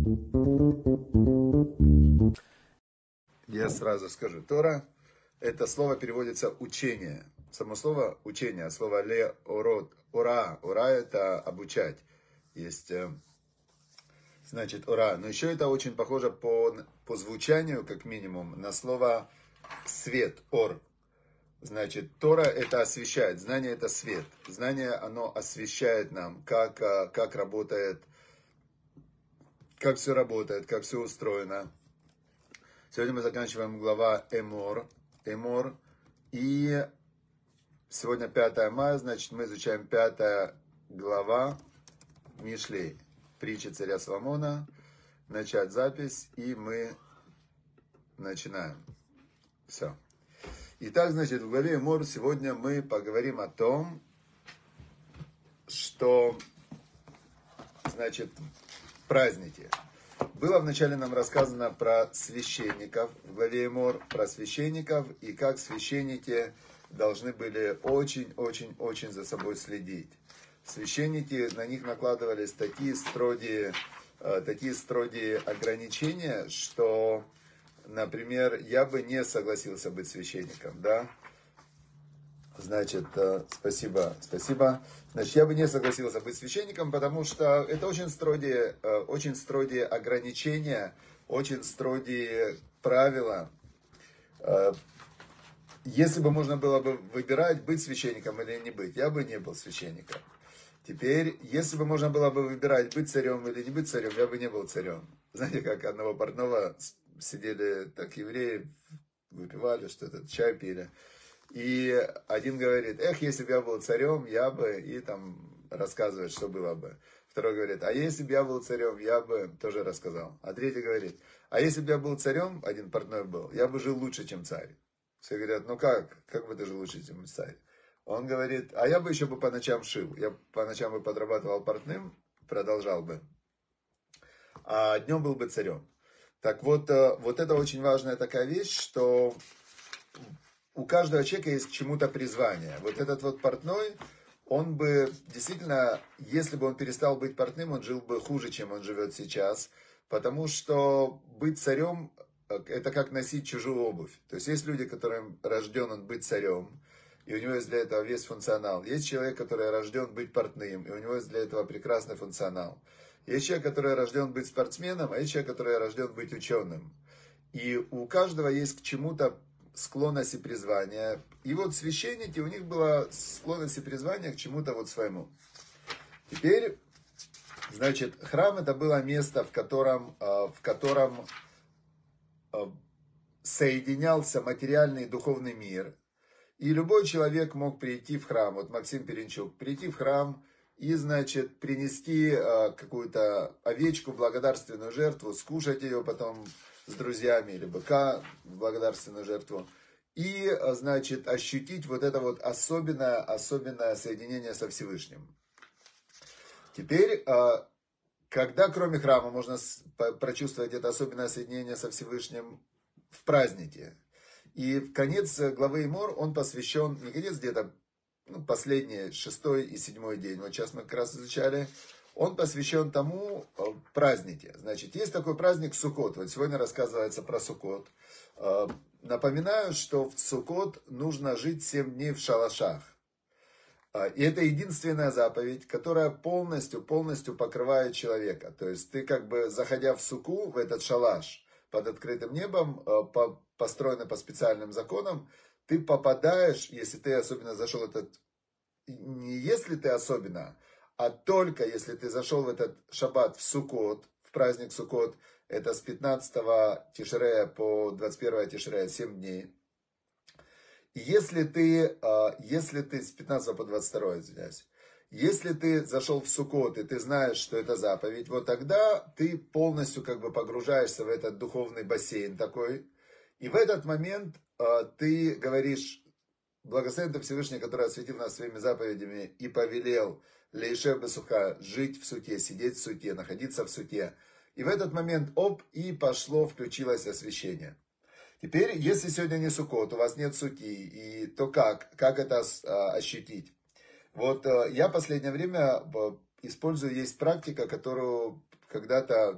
Я сразу скажу, Тора, это слово переводится учение. Само слово учение, слово ле ород, ура, ура это обучать. Есть, значит, ура. Но еще это очень похоже по звучанию, как минимум, на слово свет, ор. Значит, Тора это освещает, знание это свет. Знание, оно освещает нам, как работает, как все работает, как все устроено. Сегодня мы заканчиваем глава Эмор. И сегодня 5 мая, значит, мы изучаем 5 глава Мишлей, притчи царя Соломона. Начать запись, и мы начинаем. Все. Итак, значит, в главе Эмор сегодня мы поговорим о том, что, значит, праздники. Было вначале нам рассказано про священников, в главе Эмор, про священников, и как священники должны были очень за собой следить. Священники, на них накладывались такие строгие ограничения, что, например, я бы не согласился быть священником, да? Значит, спасибо. Значит, я бы не согласился быть священником, потому что это очень строгие ограничения, очень строгие правила. Если бы можно было бы выбирать, быть священником или не быть, я бы не был священником. Теперь, если бы можно было бы выбирать, быть царем или не быть царем, я бы не был царем. Знаете, как одного портного сидели так евреи, выпивали что-то, чай пили. И один говорит, если бы я был царем, я бы, и там рассказывает, что было бы. Второй говорит, а если бы я был царем, я бы тоже рассказал. А третий говорит, а если бы я был царем, один портной был, я бы жил лучше, чем царь. Все говорят, ну как бы ты жил лучше, чем царь? Он говорит, а я бы еще по ночам шил. Я по ночам бы подрабатывал портным, продолжал бы. А днем был бы царем. Так вот это очень важная такая вещь, что у каждого человека есть к чему-то призвание. Вот этот вот портной, он бы действительно, если бы он перестал быть портным, он жил бы хуже, чем он живет сейчас. Потому что быть царем, это как носить чужую обувь. То есть есть люди, которым рожден он быть царем, и у него есть для этого весь функционал. Есть человек, который рожден быть портным, и у него есть для этого прекрасный функционал. Есть человек, который рожден быть спортсменом, а есть человек, который рожден быть ученым. И у каждого есть к чему-то склонность и призвание. И вот священники, у них была склонность и призвание к чему-то вот своему. Теперь, значит, храм это было место, в котором соединялся материальный и духовный мир. И любой человек мог прийти в храм, вот Максим Перенчук, прийти в храм и, значит, принести какую-то овечку в благодарственную жертву, скушать ее потом с друзьями или быка в благодарственную жертву. И, значит, ощутить вот это вот особенное соединение со Всевышним. Теперь, когда кроме храма можно прочувствовать это особенное соединение со Всевышним в празднике. И в конец главы Эмор, он посвящен, не конец, где-то последний, 6 и 7 день, вот сейчас мы как раз изучали, он посвящен тому празднике. Значит, есть такой праздник Суккот. Вот сегодня рассказывается про Суккот. Напоминаю, что в Суккот нужно жить 7 дней в шалашах. И это единственная заповедь, которая полностью покрывает человека. То есть ты как бы, заходя в суку, в этот шалаш под открытым небом, построенный по специальным законам, ты попадаешь, если ты особенно зашел в этот, не если ты особенно, а только если ты зашел в этот шаббат в Суккот, в праздник Суккот, это с 15 Тишрея по 21 Тишрея, 7 дней. И если ты с 15 по 22, извиняюсь, если ты зашел в Суккот, и ты знаешь, что это заповедь, вот тогда ты полностью как бы погружаешься в этот духовный бассейн такой, и в этот момент ты говоришь, благословен ты Всевышний, который осветил нас своими заповедями и повелел лейшев бесуха, жить в суте, сидеть в суте, находиться в суте. И в этот момент, и включилось освящение. Теперь, если сегодня не Суккот, у вас нет сути, и то как это ощутить? Вот я в последнее время использую, есть практика, которую когда-то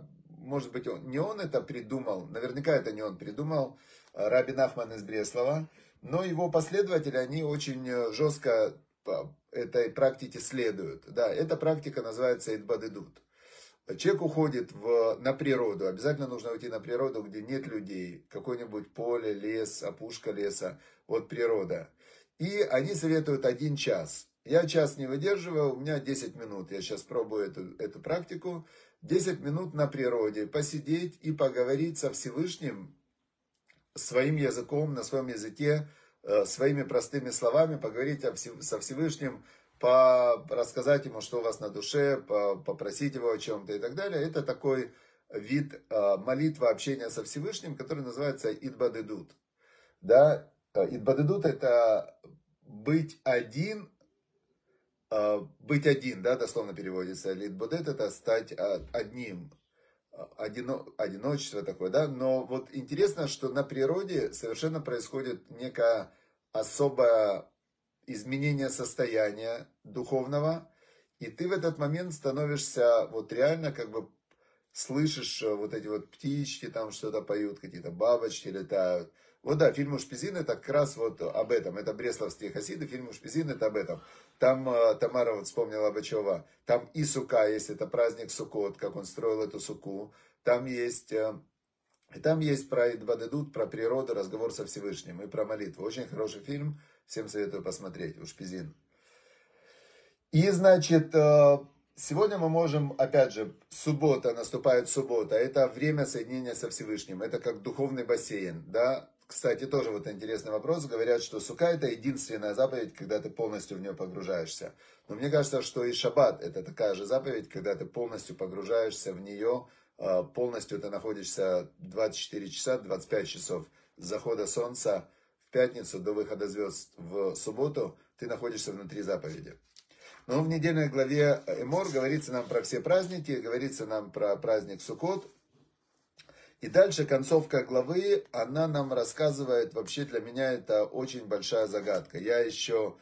может быть, не он это придумал, наверняка это не он придумал, Раби Нахман из Бреслова, но его последователи, они очень жестко по этой практике следуют. Да, эта практика называется идбадедут. Человек уходит на природу, обязательно нужно уйти на природу, где нет людей, какое-нибудь поле, лес, опушка леса, вот природа. И они советуют 1 час. Я час не выдерживаю, у меня 10 минут, я сейчас пробую эту практику. 10 минут на природе, посидеть и поговорить со Всевышним своим языком, на своем языке, своими простыми словами, поговорить со Всевышним, рассказать ему, что у вас на душе, попросить его о чем-то и так далее. Это такой вид молитвы, общения со Всевышним, который называется идбадедут. Да? Идбадедут — это быть один, да, дословно переводится. Идбадед — это стать одним. Одиночество такое, да, но вот интересно, что на природе совершенно происходит некое особое изменение состояния духовного, и ты в этот момент становишься, вот реально как бы слышишь вот эти вот птички, там что-то поют, какие-то бабочки летают. Вот да, фильм «Ушпизин» это как раз вот об этом, это бресловские хасиды, фильм «Ушпизин» это об этом. Там Тамара вот вспомнила Бачева, там и сука есть, это праздник Суккот, как он строил эту суку, там есть про идбадедут, про природу, разговор со Всевышним и про молитву. Очень хороший фильм, всем советую посмотреть, «Ушпизин». И, значит, сегодня мы можем, опять же, суббота, наступает суббота, это время соединения со Всевышним, это как духовный бассейн, да. Кстати, тоже вот интересный вопрос, говорят, что сука это единственная заповедь, когда ты полностью в нее погружаешься. Но мне кажется, что и шаббат это такая же заповедь, когда ты полностью погружаешься в нее, полностью ты находишься 24 часа, 25 часов с захода солнца в пятницу до выхода звезд в субботу, ты находишься внутри заповеди. Но в недельной главе Эмор говорится нам про все праздники, говорится нам про праздник Суккот. И дальше концовка главы, она нам рассказывает, вообще для меня это очень большая загадка. Я еще,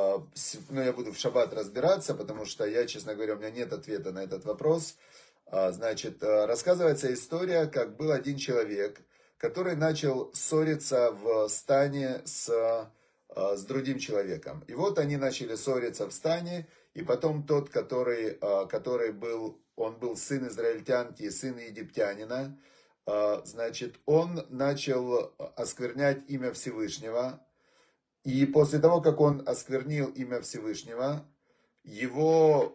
я буду в шаббат разбираться, потому что я, честно говоря, у меня нет ответа на этот вопрос. Значит, рассказывается история, как был один человек, который начал ссориться в стане с другим человеком. И вот они начали ссориться в стане, и потом тот, который был, он был сын израильтянки, сын египтянина, значит, он начал осквернять имя Всевышнего. И после того, как он осквернил имя Всевышнего, его,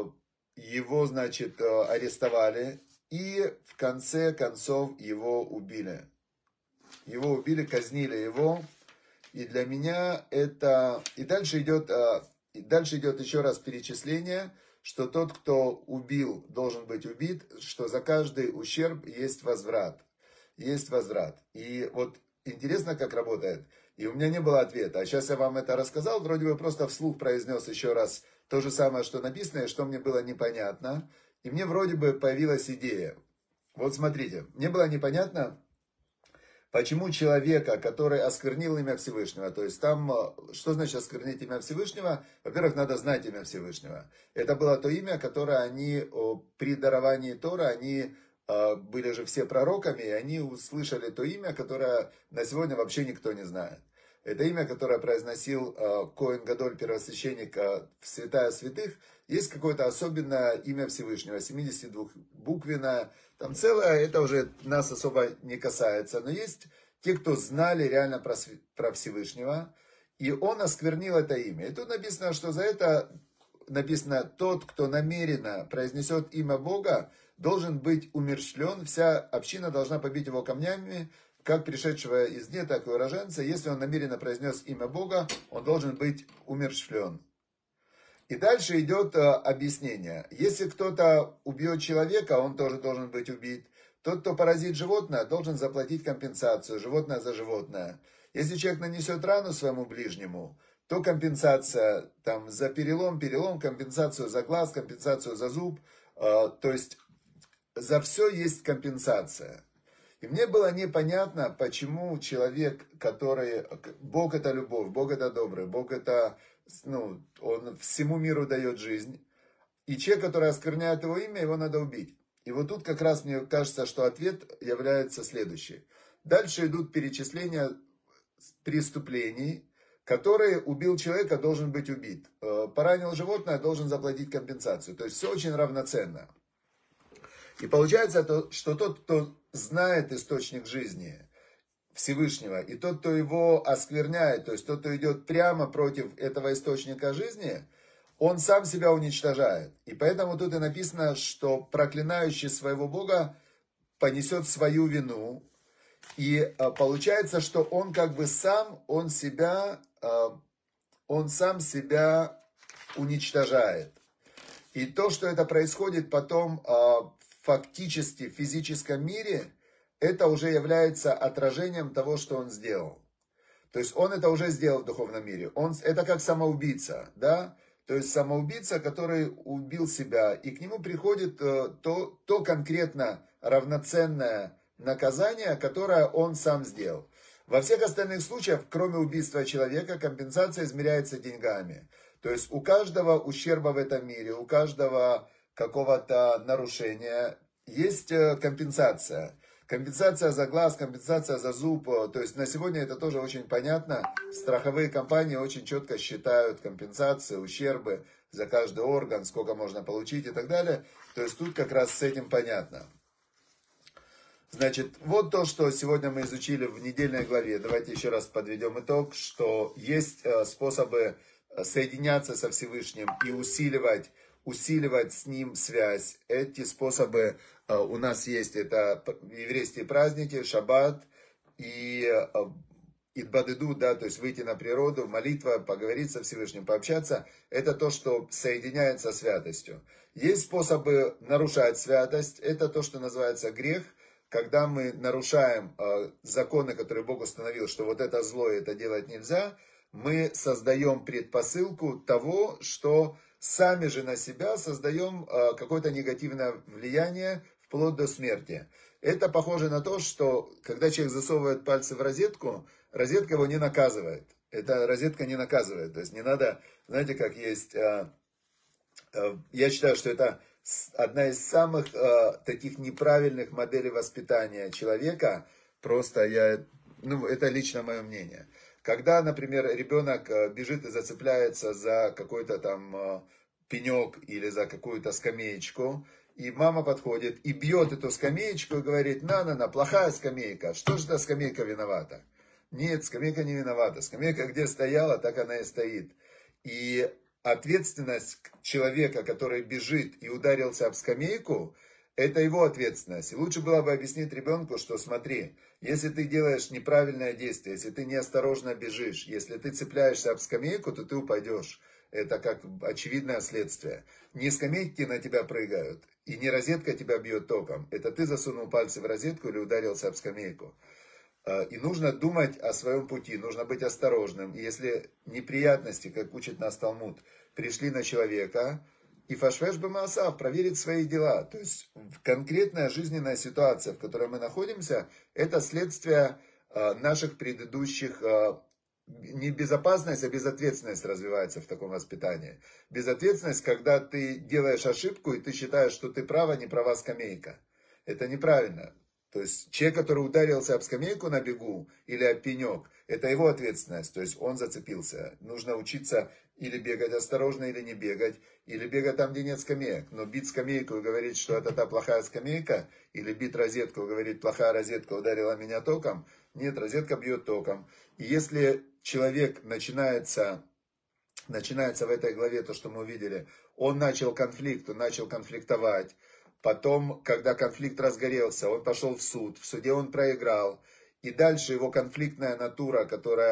значит, арестовали. И в конце концов его убили. Его убили, казнили его. И для меня это... И дальше идет еще раз перечисление, что тот, кто убил, должен быть убит, что за каждый ущерб есть возврат. Есть возврат. И вот интересно, как работает. И у меня не было ответа. А сейчас я вам это рассказал, вроде бы просто вслух произнес еще раз то же самое, что написано, и что мне было непонятно. И мне вроде бы появилась идея. Вот смотрите, мне было непонятно, почему человека, который осквернил имя Всевышнего, то есть там, что значит осквернить имя Всевышнего? Во-первых, надо знать имя Всевышнего. Это было то имя, которое они при даровании Тора, они были же все пророками, и они услышали то имя, которое на сегодня вообще никто не знает. Это имя, которое произносил Коэн Гадоль, первосвященник в Святая Святых. Есть какое-то особенное имя Всевышнего, 72-буквенное. Там целое, это уже нас особо не касается. Но есть те, кто знали реально про Всевышнего. И он осквернил это имя. И тут написано, что за это написано, тот, кто намеренно произнесет имя Бога, должен быть умерщвлен. Вся община должна побить его камнями, как пришедшего из дне, так и уроженца. Если он намеренно произнес имя Бога, он должен быть умерщвлен. И дальше идет объяснение. Если кто-то убьет человека, он тоже должен быть убит. Тот, кто поразит животное, должен заплатить компенсацию, животное за животное. Если человек нанесет рану своему ближнему, то компенсация там, за перелом, компенсацию за глаз, компенсацию за зуб. То есть за все есть компенсация. И мне было непонятно, почему человек, который... Бог это любовь, Бог это добрый, Бог это... Он всему миру дает жизнь. И человек, который оскверняет его имя, его надо убить. И вот тут как раз мне кажется, что ответ является следующий. Дальше идут перечисления преступлений, которые убил человека, должен быть убит. Поранил животное, должен заплатить компенсацию. То есть все очень равноценно. И получается, что тот, кто знает источник жизни Всевышнего, и тот, кто его оскверняет, то есть тот, кто идет прямо против этого источника жизни, он сам себя уничтожает. И поэтому тут и написано, что проклинающий своего Бога понесет свою вину. И получается, что он как бы сам, он сам себя уничтожает. И то, что это происходит потом фактически в физическом мире, это уже является отражением того, что он сделал. То есть он это уже сделал в духовном мире. Это как самоубийца, да? То есть самоубийца, который убил себя, и к нему приходит то конкретно равноценное наказание, которое он сам сделал. Во всех остальных случаях, кроме убийства человека, компенсация измеряется деньгами. То есть у каждого ущерба в этом мире, у каждого какого-то нарушения есть компенсация. Компенсация за глаз, компенсация за зуб. То есть на сегодня это тоже очень понятно. Страховые компании очень четко считают компенсации, ущербы за каждый орган, сколько можно получить и так далее. То есть тут как раз с этим понятно. Значит, вот то, что сегодня мы изучили в недельной главе. Давайте еще раз подведем итог, что есть способы соединяться со Всевышним и усиливать с ним связь. Эти способы у нас есть. Это еврейские праздники, шаббат и идбадыду, да, то есть выйти на природу, молитва, поговорить со Всевышним, пообщаться. Это то, что соединяется со святостью. Есть способы нарушать святость. Это то, что называется грех. Когда мы нарушаем законы, которые Бог установил, что вот это зло, это делать нельзя, мы создаем предпосылку того, что сами же на себя создаем какое-то негативное влияние вплоть до смерти. Это похоже на то, что когда человек засовывает пальцы в розетку, розетка его не наказывает. Эта розетка не наказывает. То есть не надо, знаете, как есть, я считаю, что это одна из самых таких неправильных моделей воспитания человека. Просто это лично мое мнение. Когда, например, ребенок бежит и зацепляется за какой-то там пенек или за какую-то скамеечку, и мама подходит и бьет эту скамеечку и говорит: на, плохая скамейка, что же эта скамейка виновата? Нет, скамейка не виновата. Скамейка где стояла, так она и стоит. И ответственность человека, который бежит и ударился об скамейку, это его ответственность. И лучше было бы объяснить ребенку, что смотри, если ты делаешь неправильное действие, если ты неосторожно бежишь, если ты цепляешься об скамейку, то ты упадешь. Это как очевидное следствие. Не скамейки на тебя прыгают, и не розетка тебя бьет током. Это ты засунул пальцы в розетку или ударился об скамейку. И нужно думать о своем пути, нужно быть осторожным. И если неприятности, как учит нас Талмуд, пришли на человека, и фашвеш бамаасав, проверить свои дела. То есть конкретная жизненная ситуация, в которой мы находимся, это следствие наших предыдущих, не безопасность, а безответственность развивается в таком воспитании. Безответственность, когда ты делаешь ошибку, и ты считаешь, что ты права, не права скамейка. Это неправильно. То есть человек, который ударился об скамейку на бегу или об пенек, это его ответственность. То есть он зацепился. Нужно учиться или бегать осторожно, или не бегать, или бегать там, где нет скамеек. Но бить скамейку и говорить, что это та плохая скамейка, или бить розетку и говорить: плохая розетка ударила меня током. Нет, розетка бьет током. И если человек начинается в этой главе, то, что мы увидели, он начал конфликт, он начал конфликтовать. Потом, когда конфликт разгорелся, он пошел в суд. В суде он проиграл. И дальше его конфликтная натура,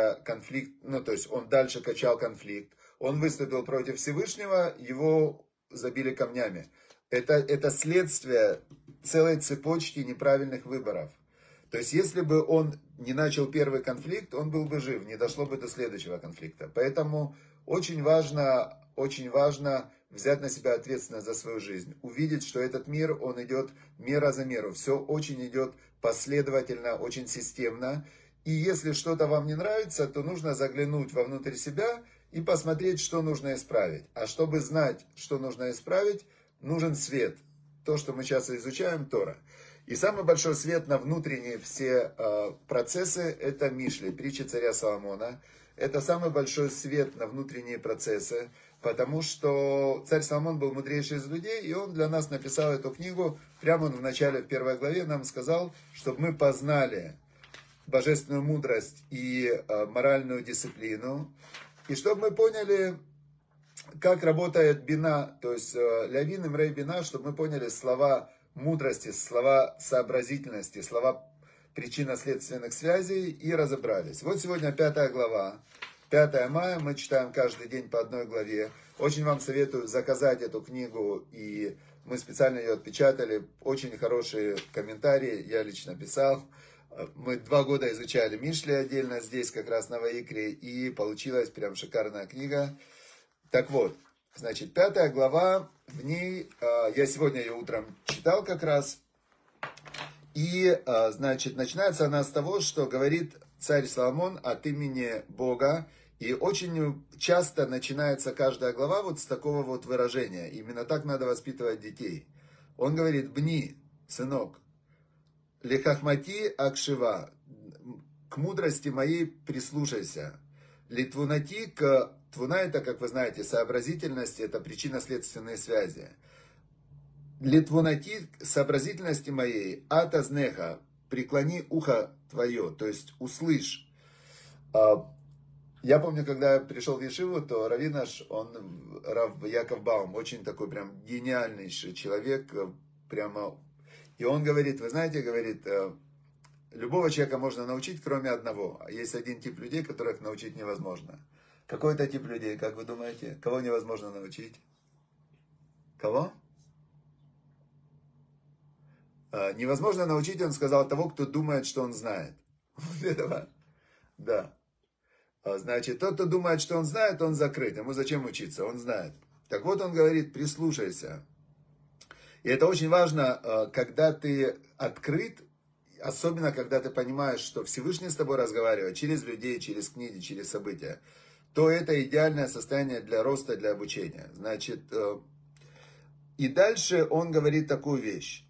то есть он дальше качал конфликт. Он выступил против Всевышнего, его забили камнями. Это следствие целой цепочки неправильных выборов. То есть, если бы он не начал первый конфликт, он был бы жив, не дошло бы до следующего конфликта. Поэтому очень важно взять на себя ответственность за свою жизнь. Увидеть, что этот мир, он идет мера за меру. Все очень идет последовательно, очень системно. И если что-то вам не нравится, то нужно заглянуть вовнутрь себя и посмотреть, что нужно исправить. А чтобы знать, что нужно исправить, нужен свет. то, что мы сейчас изучаем, Тора. И самый большой свет на внутренние все процессы, это Мишли, притча царя Соломона. Это самый большой свет на внутренние процессы, потому что царь Соломон был мудрейший из людей, и он для нас написал эту книгу. Прямо он в начале, в первой главе нам сказал, чтобы мы познали божественную мудрость и моральную дисциплину, и чтобы мы поняли, как работает бина, то есть лявин, имрей, бина, чтобы мы поняли слова мудрости, слова сообразительности, слова причинно-следственных связей и разобрались. Вот сегодня 5 глава, 5 мая, мы читаем каждый день по одной главе. Очень вам советую заказать эту книгу, и мы специально ее отпечатали. Очень хорошие комментарии, я лично писал. Мы 2 года изучали Мишли отдельно здесь, как раз на Ваикре, и получилась прям шикарная книга. Так вот, значит, 5 глава, в ней, я сегодня ее утром читал как раз, и, значит, начинается она с того, что говорит царь Соломон от имени Бога, и очень часто начинается каждая глава вот с такого вот выражения. Именно так надо воспитывать детей. Он говорит: «Бни, сынок, лехахмати акшива, к мудрости моей прислушайся, литвунати, твуна это, как вы знаете, сообразительность, это причинно-следственные связи. Литвунати, сообразительности моей, атазнеха, преклони ухо твое, то есть услышь». Я помню, когда я пришел в Ешиву, то раввин наш, он, Рав Яков Баум, очень такой прям гениальнейший человек, прямо. И он говорит, вы знаете, говорит, любого человека можно научить, кроме одного. Есть один тип людей, которых научить невозможно. Какой это тип людей, как вы думаете? Кого невозможно научить? Кого? Невозможно научить, он сказал, того, кто думает, что он знает. Вот этого. Да. Значит, тот, кто думает, что он знает, он закрыт. Ему зачем учиться? Он знает. Так вот, он говорит, прислушайся. И это очень важно, когда ты открыт, особенно когда ты понимаешь, что Всевышний с тобой разговаривает через людей, через книги, через события, то это идеальное состояние для роста, для обучения. Значит, и дальше он говорит такую вещь.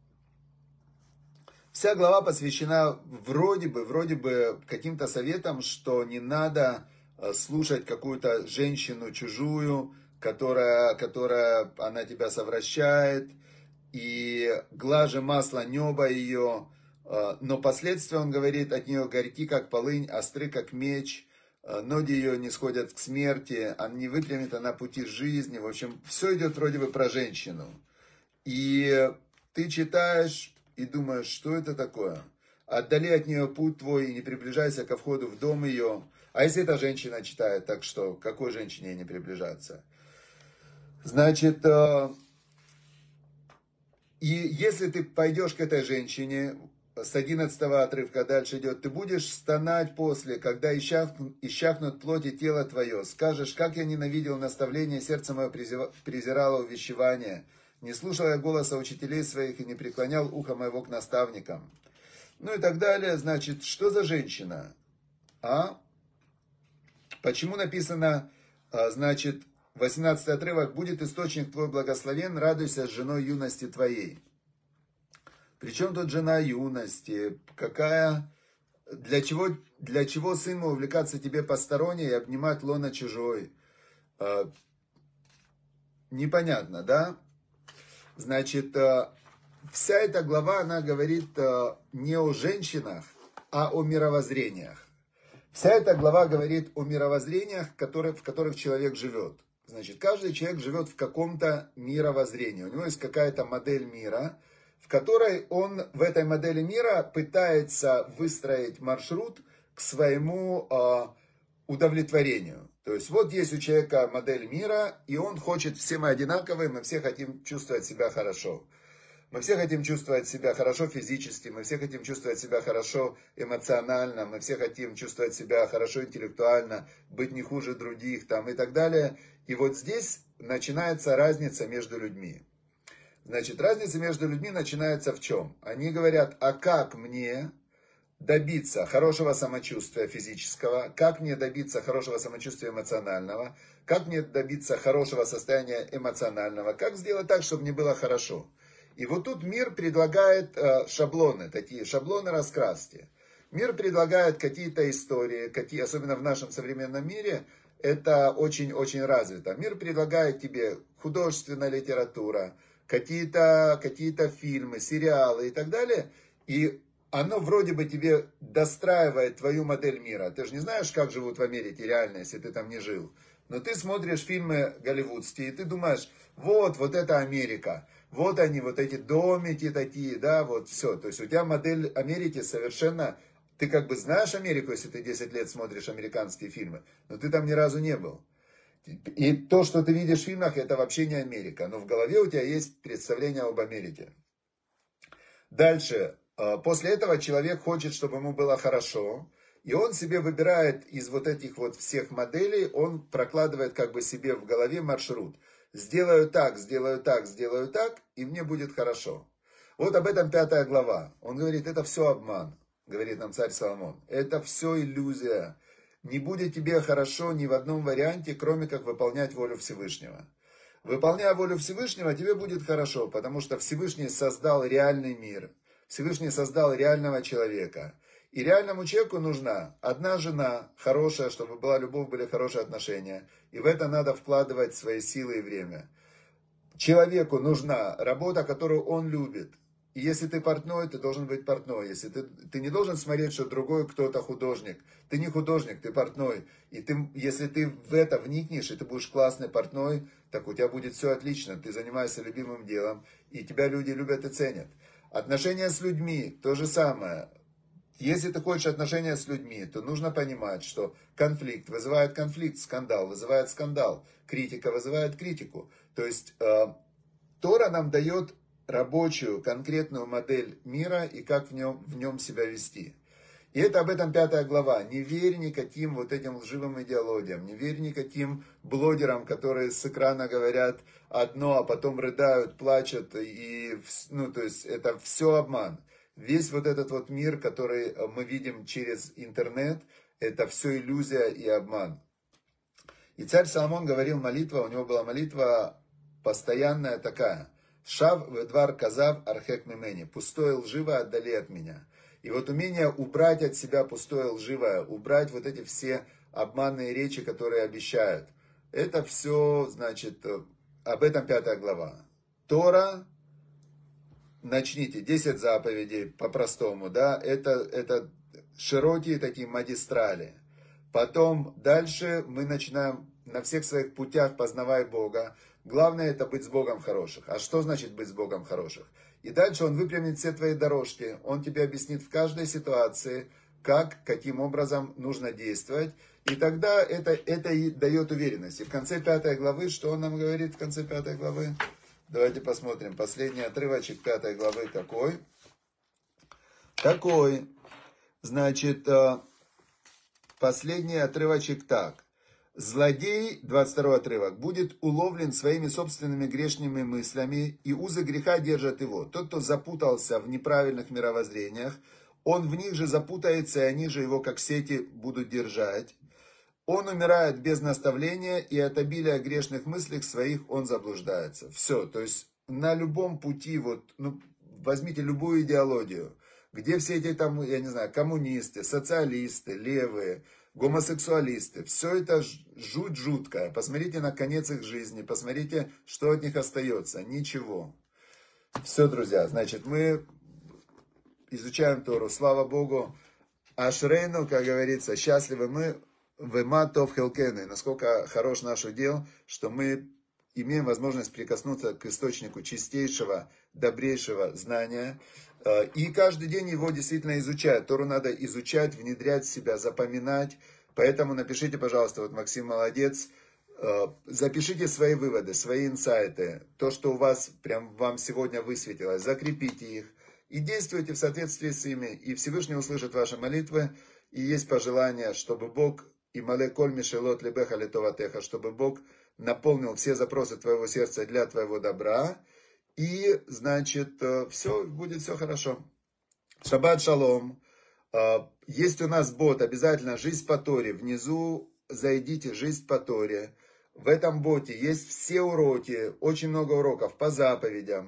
Вся глава посвящена вроде бы каким-то советам, что не надо слушать какую-то женщину чужую, которая она тебя совращает, и глаже масло неба ее, но последствия, он говорит, от нее горьки, как полынь, остры, как меч, ноги ее не сходят к смерти, не выпрямит она пути жизни. В общем, все идет вроде бы про женщину. И ты читаешь и думаешь, что это такое? Отдали от нее путь твой и не приближайся ко входу в дом ее. А если эта женщина читает, так что? К какой женщине ей не приближаться? Значит, и если ты пойдешь к этой женщине, с 11 отрывка дальше идет, ты будешь стонать после, когда исчахнут плоть и тело твое. Скажешь, как я ненавидел наставление, сердце мое презирало увещевание. Не слушал я голоса учителей своих и не преклонял ухо моего к наставникам. Ну и так далее. Значит, что за женщина? Почему написано, значит, 18 отрывок, будет источник твой благословен, радуйся с женой юности твоей. Причем тут жена юности? Для чего сыну увлекаться тебе посторонней и обнимать лона чужой? Непонятно, да? Значит, вся эта глава, она говорит не о женщинах, а о мировоззрениях. Вся эта глава говорит о мировоззрениях, в которых человек живет. Значит, каждый человек живет в каком-то мировоззрении. У него есть какая-то модель мира, в которой он в этой модели мира пытается выстроить маршрут к своему удовлетворению. То есть вот есть у человека модель мира, и он хочет, все мы одинаковые, мы все хотим чувствовать себя хорошо. Мы все хотим чувствовать себя хорошо физически, мы все хотим чувствовать себя хорошо эмоционально, мы все хотим чувствовать себя хорошо интеллектуально, быть не хуже других там, и так далее. И вот здесь начинается разница между людьми. Значит, разница между людьми начинается в чем? Они говорят, а как мне добиться хорошего самочувствия физического, как мне добиться хорошего самочувствия эмоционального, как мне добиться хорошего состояния эмоционального, как сделать так, чтобы мне было хорошо. И вот тут мир предлагает шаблоны, такие шаблоны раскраски. Мир предлагает какие-то истории, особенно в нашем современном мире, это очень-очень развито. Мир предлагает тебе художественная литература, какие-то фильмы, сериалы и так далее. И оно вроде бы тебе достраивает твою модель мира. Ты же не знаешь, как живут в Америке реально, если ты там не жил. Но ты смотришь фильмы голливудские, и ты думаешь, вот это Америка. Вот они, вот эти домики такие, да, вот все. То есть у тебя модель Америки совершенно... Ты как бы знаешь Америку, если ты 10 лет смотришь американские фильмы, но ты там ни разу не был. И то, что ты видишь в фильмах, это вообще не Америка. Но в голове у тебя есть представление об Америке. Дальше. После этого человек хочет, чтобы ему было хорошо. И он себе выбирает из вот этих вот всех моделей, он прокладывает как бы себе в голове маршрут. Сделаю так, сделаю так, сделаю так, и мне будет хорошо. Вот об этом 5 глава. Он говорит, это все обман, говорит нам царь Соломон. Это все иллюзия. Не будет тебе хорошо ни в одном варианте, кроме как выполнять волю Всевышнего. Выполняя волю Всевышнего, тебе будет хорошо, потому что Всевышний создал реальный мир. Всевышний создал реального человека. И реальному человеку нужна одна жена, хорошая, чтобы была любовь, были хорошие отношения. И в это надо вкладывать свои силы и время. Человеку нужна работа, которую он любит. И если ты портной, ты должен быть портной. Если ты не должен смотреть, что другой кто-то художник. Ты не художник, ты портной. И если ты в это вникнешь, и ты будешь классный портной, так у тебя будет все отлично. Ты занимаешься любимым делом, и тебя люди любят и ценят. Отношения с людьми, то же самое. Если ты хочешь отношения с людьми, то нужно понимать, что конфликт вызывает конфликт, скандал вызывает скандал, критика вызывает критику. То есть Тора нам дает рабочую, конкретную модель мира и как в нем себя вести. И это об этом 5 глава. Не верь никаким вот этим лживым идеологиям, не верь никаким блогерам, которые с экрана говорят одно, а потом рыдают, плачут. То есть это все обман. Весь вот этот вот мир, который мы видим через интернет, это все иллюзия и обман. И царь Соломон говорил молитва, у него была молитва постоянная такая. Шав ведвар казав архек мимени. Пустое лживое отдали от меня. И вот умение убрать от себя пустое лживое, убрать вот эти все обманные речи, которые обещают. Это все, значит, об этом 5 глава. Тора, начните, 10 заповедей по-простому, да, это широкие такие магистрали. Потом дальше мы начинаем на всех своих путях познавай Бога. Главное это быть с Богом хороших. А что значит быть с Богом хороших? И дальше Он выпрямит все твои дорожки. Он тебе объяснит в каждой ситуации, каким образом нужно действовать. И тогда это и дает уверенность. И в конце 5 главы, что Он нам говорит в конце 5 главы? Давайте посмотрим. Последний отрывочек 5 главы какой? Такой. Значит, последний отрывочек так. Злодей, 22 отрывок, будет уловлен своими собственными грешными мыслями, и узы греха держат его. Тот, кто запутался в неправильных мировоззрениях, он в них же запутается, и они же его, как сети, будут держать. Он умирает без наставления, и от обилия грешных мыслей своих он заблуждается. Все, то есть на любом пути, возьмите любую идеологию, где все эти там, я не знаю, коммунисты, социалисты, левые, гомосексуалисты, все это жуть жуткая. Посмотрите на конец их жизни, посмотрите, что от них остается. Ничего. Все, друзья, значит, мы изучаем Тору, слава Богу. Ашрейну, как говорится, счастливы мы, вема тов хелкены. Насколько хорош наш удел, что мы имеем возможность прикоснуться к источнику чистейшего, добрейшего знания. И каждый день его действительно изучать. Тору надо изучать, внедрять в себя, запоминать. Поэтому напишите, пожалуйста, вот Максим молодец, запишите свои выводы, свои инсайты. То, что у вас, прям вам сегодня высветилось, закрепите их. И действуйте в соответствии с ими. И Всевышний услышит ваши молитвы. И есть пожелание, чтобы Бог, и мале коль мишелот лебеха летоватеха, чтобы Бог наполнил все запросы твоего сердца для твоего добра. И, значит, будет все хорошо. Шаббат шалом. Есть у нас бот, обязательно «Жизнь по Торе». Внизу зайдите «Жизнь по Торе». В этом боте есть все уроки, очень много уроков по заповедям.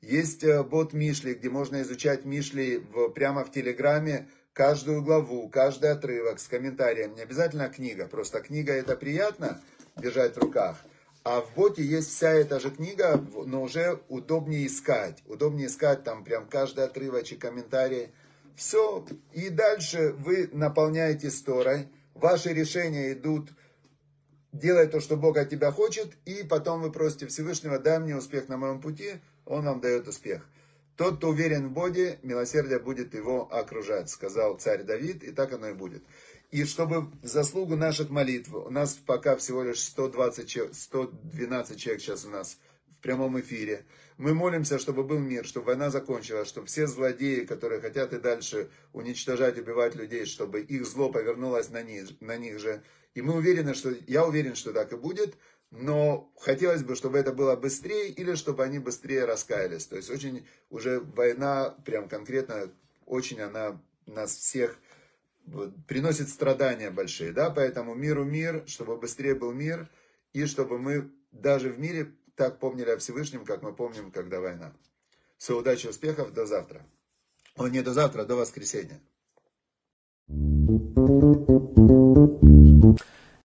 Есть бот Мишли, где можно изучать Мишли прямо в Телеграме, каждую главу, каждый отрывок с комментарием. Не обязательно книга, просто книга это приятно держать в руках. А в боте есть вся эта же книга, но уже удобнее искать. Удобнее искать там прям каждый отрывочек, комментарий. Все. И дальше вы наполняете Торой. Ваши решения идут, делай то, что Бог от тебя хочет. И потом вы просите Всевышнего, дай мне успех на моем пути. Он вам дает успех. Тот, кто уверен в Боге, милосердие будет его окружать, сказал царь Давид. И так оно и будет. И чтобы в заслугу наших молитв, у нас пока всего лишь 112 человек сейчас у нас в прямом эфире. Мы молимся, чтобы был мир, чтобы война закончилась, чтобы все злодеи, которые хотят и дальше уничтожать, убивать людей, чтобы их зло повернулось на них же. И мы уверены, я уверен, что так и будет, но хотелось бы, чтобы это было быстрее или чтобы они быстрее раскаялись. То есть очень уже война, прям конкретно, очень она нас всех приносит страдания большие, да, поэтому миру мир, чтобы быстрее был мир, и чтобы мы даже в мире так помнили о Всевышнем, как мы помним, когда война. Все, удачи, успехов, до завтра. Не до завтра, до воскресенья.